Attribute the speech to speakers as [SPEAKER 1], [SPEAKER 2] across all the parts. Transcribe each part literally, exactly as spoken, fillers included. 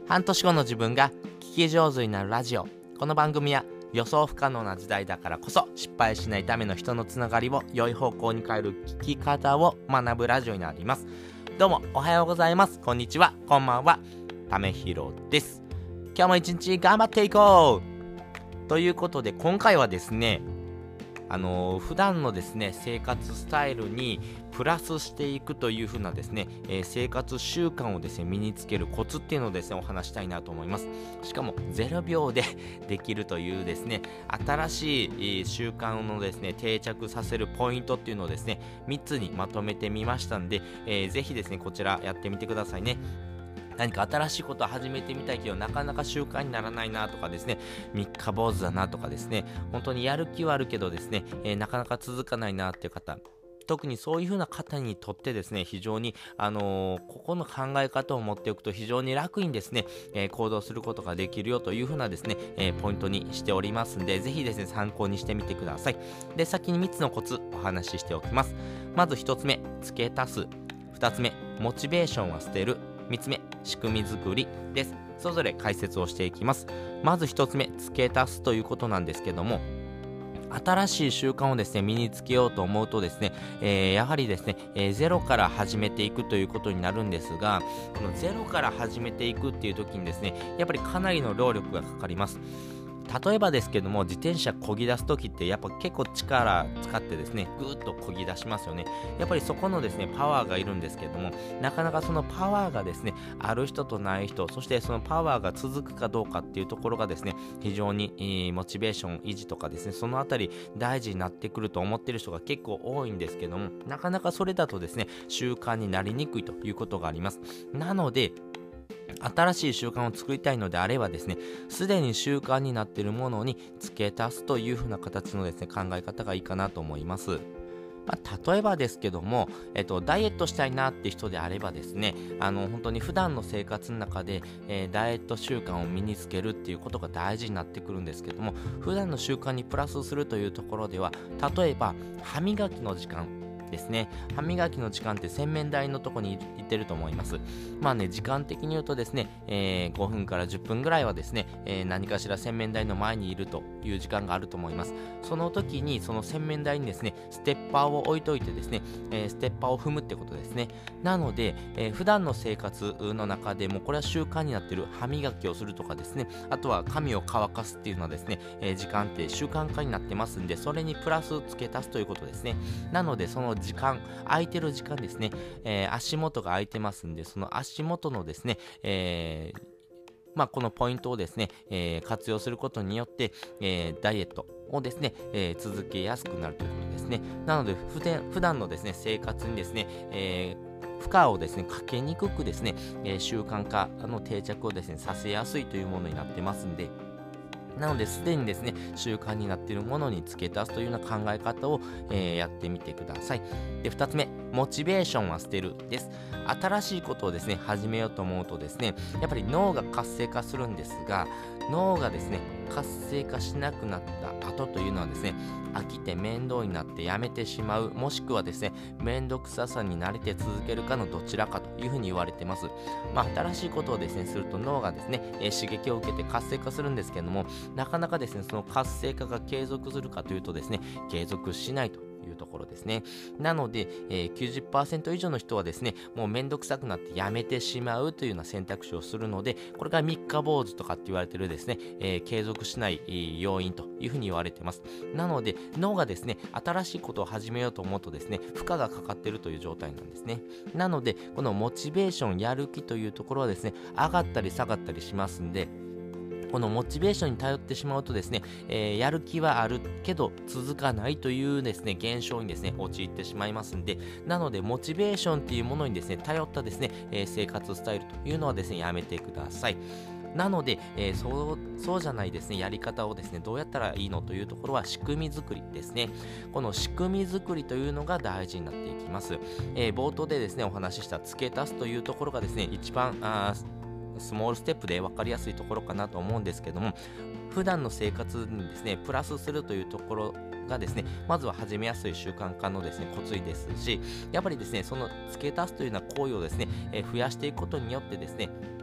[SPEAKER 1] 半年後の自分が聞き上手になるラジオ。この番組は予想不可能な時代だからこそ失敗しないための人のつながりを良い方向に変える聞き方を学ぶラジオになります。どうもおはようございます、こんにちは、こんばんは。ためひろです。今日も一日頑張っていこうということで、今回はですねあのー、普段のですね生活スタイルにプラスしていくという風なですね、えー、生活習慣をですね身につけるコツっていうのをですねお話したいなと思います。しかもゼロびょうでできるというですね新しい習慣のですね定着させるポイントっていうのをですねみっつにまとめてみましたんで、えー、ぜひですねこちらやってみてくださいね。何か新しいことを始めてみたいけどなかなか習慣にならないなとかですね、三日坊主だなとかですね、本当にやる気はあるけどですね、えー、なかなか続かないなっていう方、特にそういう風な方にとってですね非常に、あのー、ここの考え方を持っておくと非常に楽にですね、えー、行動することができるよという風なですね、えー、ポイントにしておりますんで、ぜひですね参考にしてみてください。で、先にみっつのコツお話ししておきます。まずひとつめ、付け足す。ふたつめ、モチベーションは捨てる。みっつめ、仕組み作りです。それぞれ解説をしていきます。まずひとつめ、付け足すということなんですけども、新しい習慣をですね身につけようと思うとですね、えー、やはりですね、えー、ゼロから始めていくということになるんですが、このゼロから始めていくっていう時にですねやっぱりかなりの労力がかかります。例えばですけども、自転車漕ぎ出すときってやっぱ結構力使ってですねぐーっと漕ぎ出しますよね。やっぱりそこのですねパワーがいるんですけども、なかなかそのパワーがですねある人とない人、そしてそのパワーが続くかどうかっていうところがですね非常に、えー、モチベーション維持とかですね、そのあたり大事になってくると思っている人が結構多いんですけども、なかなかそれだとですね習慣になりにくいということがあります。なので新しい習慣を作りたいのであればですね、すでに習慣になっているものに付け足すというふうな形のですね考え方がいいかなと思います。まあ、例えばですけども、えっと、ダイエットしたいなって人であればですね、あの本当に普段の生活の中で、えー、ダイエット習慣を身につけるっていうことが大事になってくるんですけども、普段の習慣にプラスするというところでは、例えば歯磨きの時間ですね。歯磨きの時間って洗面台のとこに行ってると思います。まあね、時間的に言うとですね、えー、ごふんからじゅっぷんぐらいはですね、えー、何かしら洗面台の前にいるという時間があると思います。その時にその洗面台にですねステッパーを置いといてですね、えー、ステッパーを踏むってことですね。なので、えー、普段の生活の中でもこれは習慣になっている歯磨きをするとかですね、あとは髪を乾かすっていうのはですね、えー、時間って習慣化になってますんで、それにプラス付け足すということですね。なのでその時間、空いてる時間ですね、えー、足元が空いてますんで、その足元のですね、えーまあ、このポイントをですね、えー、活用することによって、えー、ダイエットをですね、えー、続けやすくなるということですね。なので普段、普段のですね生活にですね、えー、負荷をですねかけにくくですね、えー、習慣化の定着をですねさせやすいというものになってますんで、なのですでにですね習慣になっているものに付け足すというような考え方を、えー、やってみてください。で、ふたつめ、モチベーションは捨てるです。新しいことをですね始めようと思うとですねやっぱり脳が活性化するんですが、脳がですね活性化しなくなった後というのはですね飽きて面倒になってやめてしまう、もしくはですね面倒くささに慣れて続けるかのどちらかというふうに言われています。まあ、新しいことをですねすると脳がですね、えー、刺激を受けて活性化するんですけども、なかなかですねその活性化が継続するかというとですね継続しないというところですね。なので、えー、きゅうじゅっパーセント以上の人はですねもうめんどくさくなってやめてしまうというような選択肢をするので、これが三日坊主とかって言われてるですね、えー、継続しない、えー、要因というふうに言われています。なので脳がですね新しいことを始めようと思うとですね負荷がかかっているという状態なんですね。なのでこのモチベーション、やる気というところはですね上がったり下がったりしますんで、このモチベーションに頼ってしまうとですね、えー、やる気はあるけど続かないというですね現象にですね陥ってしまいますんで、なのでモチベーションっていうものにですね頼ったですね、えー、生活スタイルというのはですねやめてください。なので、えー、そう、そうじゃないですねやり方をですねどうやったらいいのというところは仕組み作りですね。この仕組み作りというのが大事になっていきます。えー、冒頭でですねお話しした付け足すというところがですね一番あスモールステップで分かりやすいところかなと思うんですけども、普段の生活にですねプラスするというところがですねまずは始めやすい習慣化のですねコツですし、やっぱりですねその付け足すというような行為をですね、えー、増やしていくことによってですね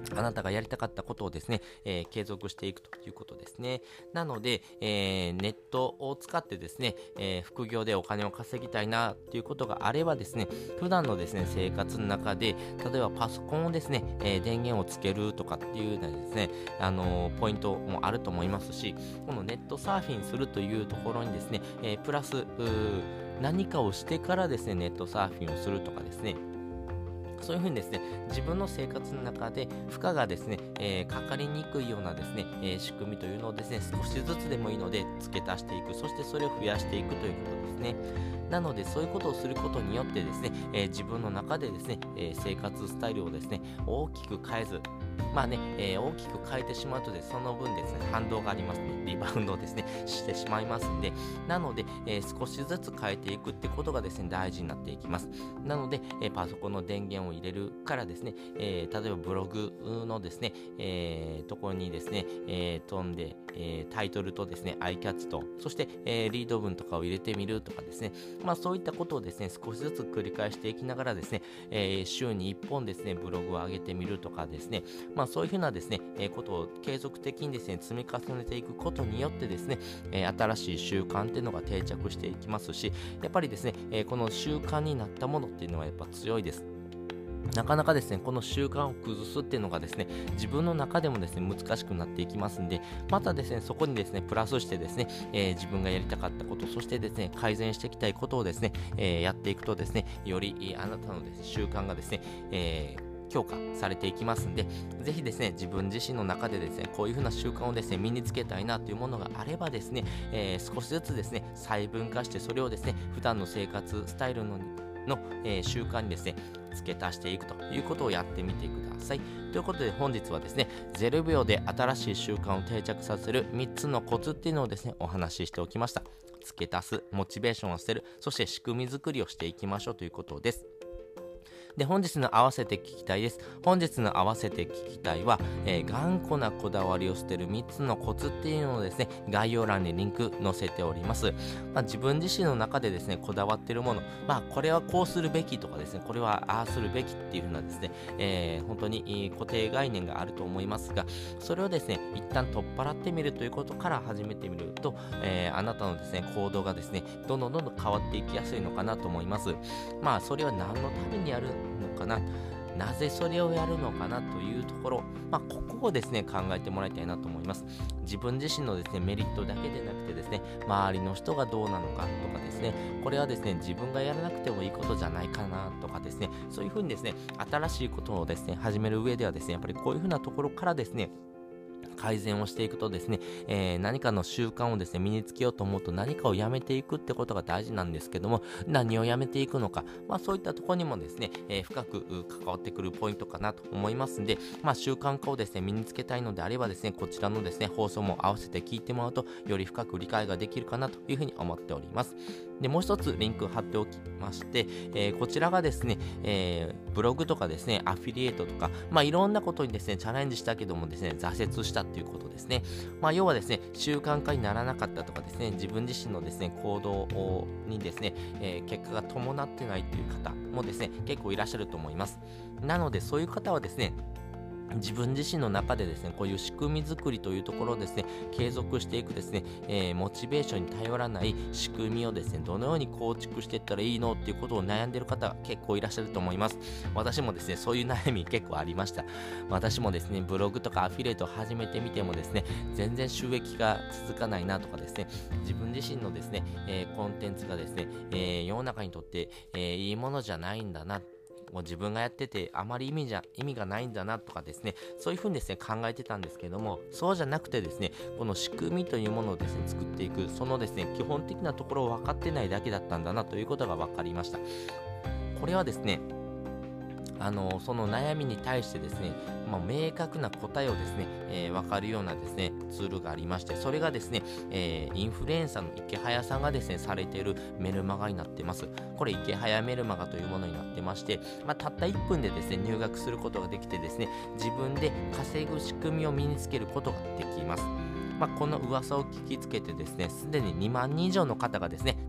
[SPEAKER 1] あなたがやりたかったことをですね、えー継続していくということですね。なので、えーネットを使ってですね、えー副業でお金を稼ぎたいなということがあればですね、普段のですね、生活の中で、例えばパソコンをですね、えー電源をつけるとかっていうのはですね、あのーポイントもあると思いますし、このネットサーフィンするというところにですね、えープラス、うー何かをしてからですね、ネットサーフィンをするとかですね、そういうふうにですね、自分の生活の中で負荷がですね、えーかかりにくいようなですね、えー仕組みというのをですね、少しずつでもいいので付け足していく、そしてそれを増やしていくということですね。なので、そういうことをすることによってですね、えー自分の中でですね、えー生活スタイルをですね、大きく変えず、まあね、えー大きく変えてしまうとですね、その分ですね、反動がありますね、リバウンドをですね、してしまいますんで、なので、えー少しずつ変えていくってことがですね、大事になっていきます。なので、えーパソコンの電源を入れるからですね、えー例えばブログのですね、えーところにですね、えー飛んで、えータイトルとですね、アイキャッチと、そして、えーリード文とかを入れてみるとかですね、まあそういったことをですね、少しずつ繰り返していきながらですね、えー週にいっぽんですね、ブログを上げてみるとかですね、まあそういうふうなですね、えーことを継続的にですね、積み重ねていくことによってですね、えー新しい習慣っていうのが定着していきますし、やっぱりですね、えーこの習慣になったものっていうのはやっぱ強いです。なかなかですね、この習慣を崩すっていうのがですね、自分の中でもですね、難しくなっていきますんで、またですね、そこにですね、プラスしてですね、えー自分がやりたかったこと、そしてですね、改善していきたいことをですね、えーやっていくとですね、より、えーあなたのですね、習慣がですね、えー強化されていきますんで、ぜひですね、自分自身の中でですね、こういう風な習慣をですね、身につけたいなというものがあればですね、えー少しずつですね、細分化して、それをですね、普段の生活スタイルのの、えー習慣にですね、付け足していくということをやってみてください。ということで本日はですね、ゼロびょうで新しい習慣を定着させるみっつのコツっていうのをですね、お話ししておきました。付け足す、モチベーションを捨てる、そして仕組み作りをしていきましょうということです。で、本日の合わせて聞きたいです。本日の合わせて聞きたいは、えー頑固なこだわりを捨てるみっつのコツっていうのをですね、概要欄にリンク載せております。まあ、自分自身の中でですね、こだわっているもの、まあ、これはこうするべきとかですね、これはああするべきっていう風なですね、えー本当にえー固定概念があると思いますが、それをですね、一旦取っ払ってみるということから始めてみると、えーあなたのですね、行動がですね、どんどんどんどん変わっていきやすいのかなと思います。まあ、それは何のためにやるのかな、なぜそれをやるのかなというところ、まあ、ここをですね、考えてもらいたいなと思います。自分自身のですね、メリットだけでなくてですね、周りの人がどうなのかとかですね、これはですね、自分がやらなくてもいいことじゃないかなとかですね、そういうふうにですね、新しいことをですね、始める上ではですね、やっぱりこういうふうなところからですね、改善をしていくとですね、えー何かの習慣をですね、身につけようと思うと何かをやめていくってことが大事なんですけども、何をやめていくのか、まあそういったところにもですね、えー深くう関わってくるポイントかなと思いますんで、まあ習慣化をですね、身につけたいのであればですね、こちらのですね、放送も合わせて聞いてもらうと、より深く理解ができるかなというふうに思っております。で、もう一つリンク貼っておきまして、えーこちらがですね、えーブログとかですね、アフィリエイトとか、まあいろんなことにですね、チャレンジしたけどもですね、挫折したっていうことですね。まあ要はですね、習慣化にならなかったとかですね、自分自身のですね、行動にですね、えー結果が伴ってないっていう方もですね、結構いらっしゃると思います。なので、そういう方はですね、自分自身の中でですね、こういう仕組み作りというところをですね、継続していくですね、えーモチベーションに頼らない仕組みをですね、どのように構築していったらいいのっていうことを悩んでいる方結構いらっしゃると思います。私もですね、そういう悩み結構ありました。私もですね、ブログとかアフィリエイトを始めてみてもですね、全然収益が続かないなとかですね、自分自身のですね、えーコンテンツがですね、えー世の中にとって、えーいいものじゃないんだな、もう自分がやっててあまり意味じゃ意味がないんだなとかですね、そういうふうにですね考えてたんですけども、そうじゃなくてですね、この仕組みというものをですね作っていく、そのですね基本的なところを分かってないだけだったんだなということが分かりました。これはですね、あのその悩みに対してですね、まあ、明確な答えをですね、えー、分かるようなですねツールがありまして、それがですね、えーインフルエンサーの池早さんがですねされているメルマガになってます。これ池早メルマガというものになってまして、まあ、たったいっぷんでですね入学することができてですね、自分で稼ぐ仕組みを身につけることができます。まあ、この噂を聞きつけてですね、すでににまんにん以上の方がですね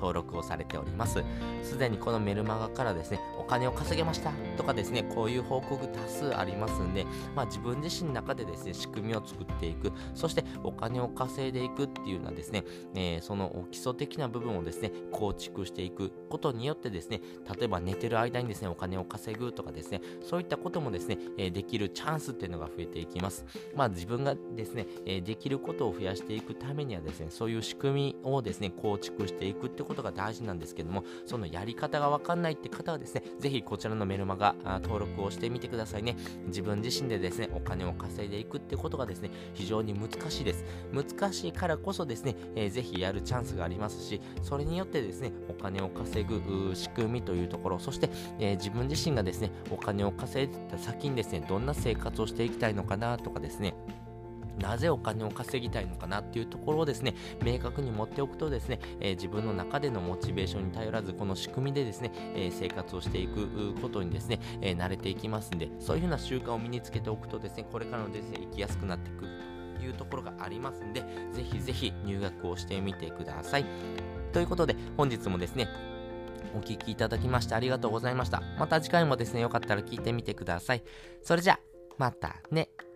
[SPEAKER 1] 登録をされております。すでにこのメルマガからですね、お金を稼げましたとかですね、こういう報告多数ありますんで、まあ、自分自身の中でですね、仕組みを作っていく、そしてお金を稼いでいくっていうのはですね、えー、その基礎的な部分をですね、構築していくことによってですね、例えば寝てる間にですね、お金を稼ぐとかですね、そういったこともですね、えー、できるチャンスっていうのが増えていきます。まあ、自分がですね、えー、できることを増やしていくためにはですね、そういう仕組みをですね、構築していくってことが大事なんですけども、そのやり方がわかんないって方はですね、ぜひこちらのメルマガ登録をしてみてくださいね。自分自身でですね、お金を稼いでいくってことがですね、非常に難しいです。難しいからこそですね、えー、ぜひやるチャンスがありますし、それによってですね、お金を稼ぐ仕組みというところ、そして、えー、自分自身がですね、お金を稼いだ先にですね、どんな生活をしていきたいのかなとかですね、なぜお金を稼ぎたいのかなっていうところをですね、明確に持っておくとですね、えー、自分の中でのモチベーションに頼らず、この仕組みでですね、えー、生活をしていくことにですね、えー、慣れていきますんで、そういうふうな習慣を身につけておくとですね、これからのですね、生きやすくなってくるというところがありますんで、ぜひぜひ入学をしてみてください。ということで、本日もですね、お聞きいただきましてありがとうございました。また次回もですね、よかったら聞いてみてください。それじゃあ、またね。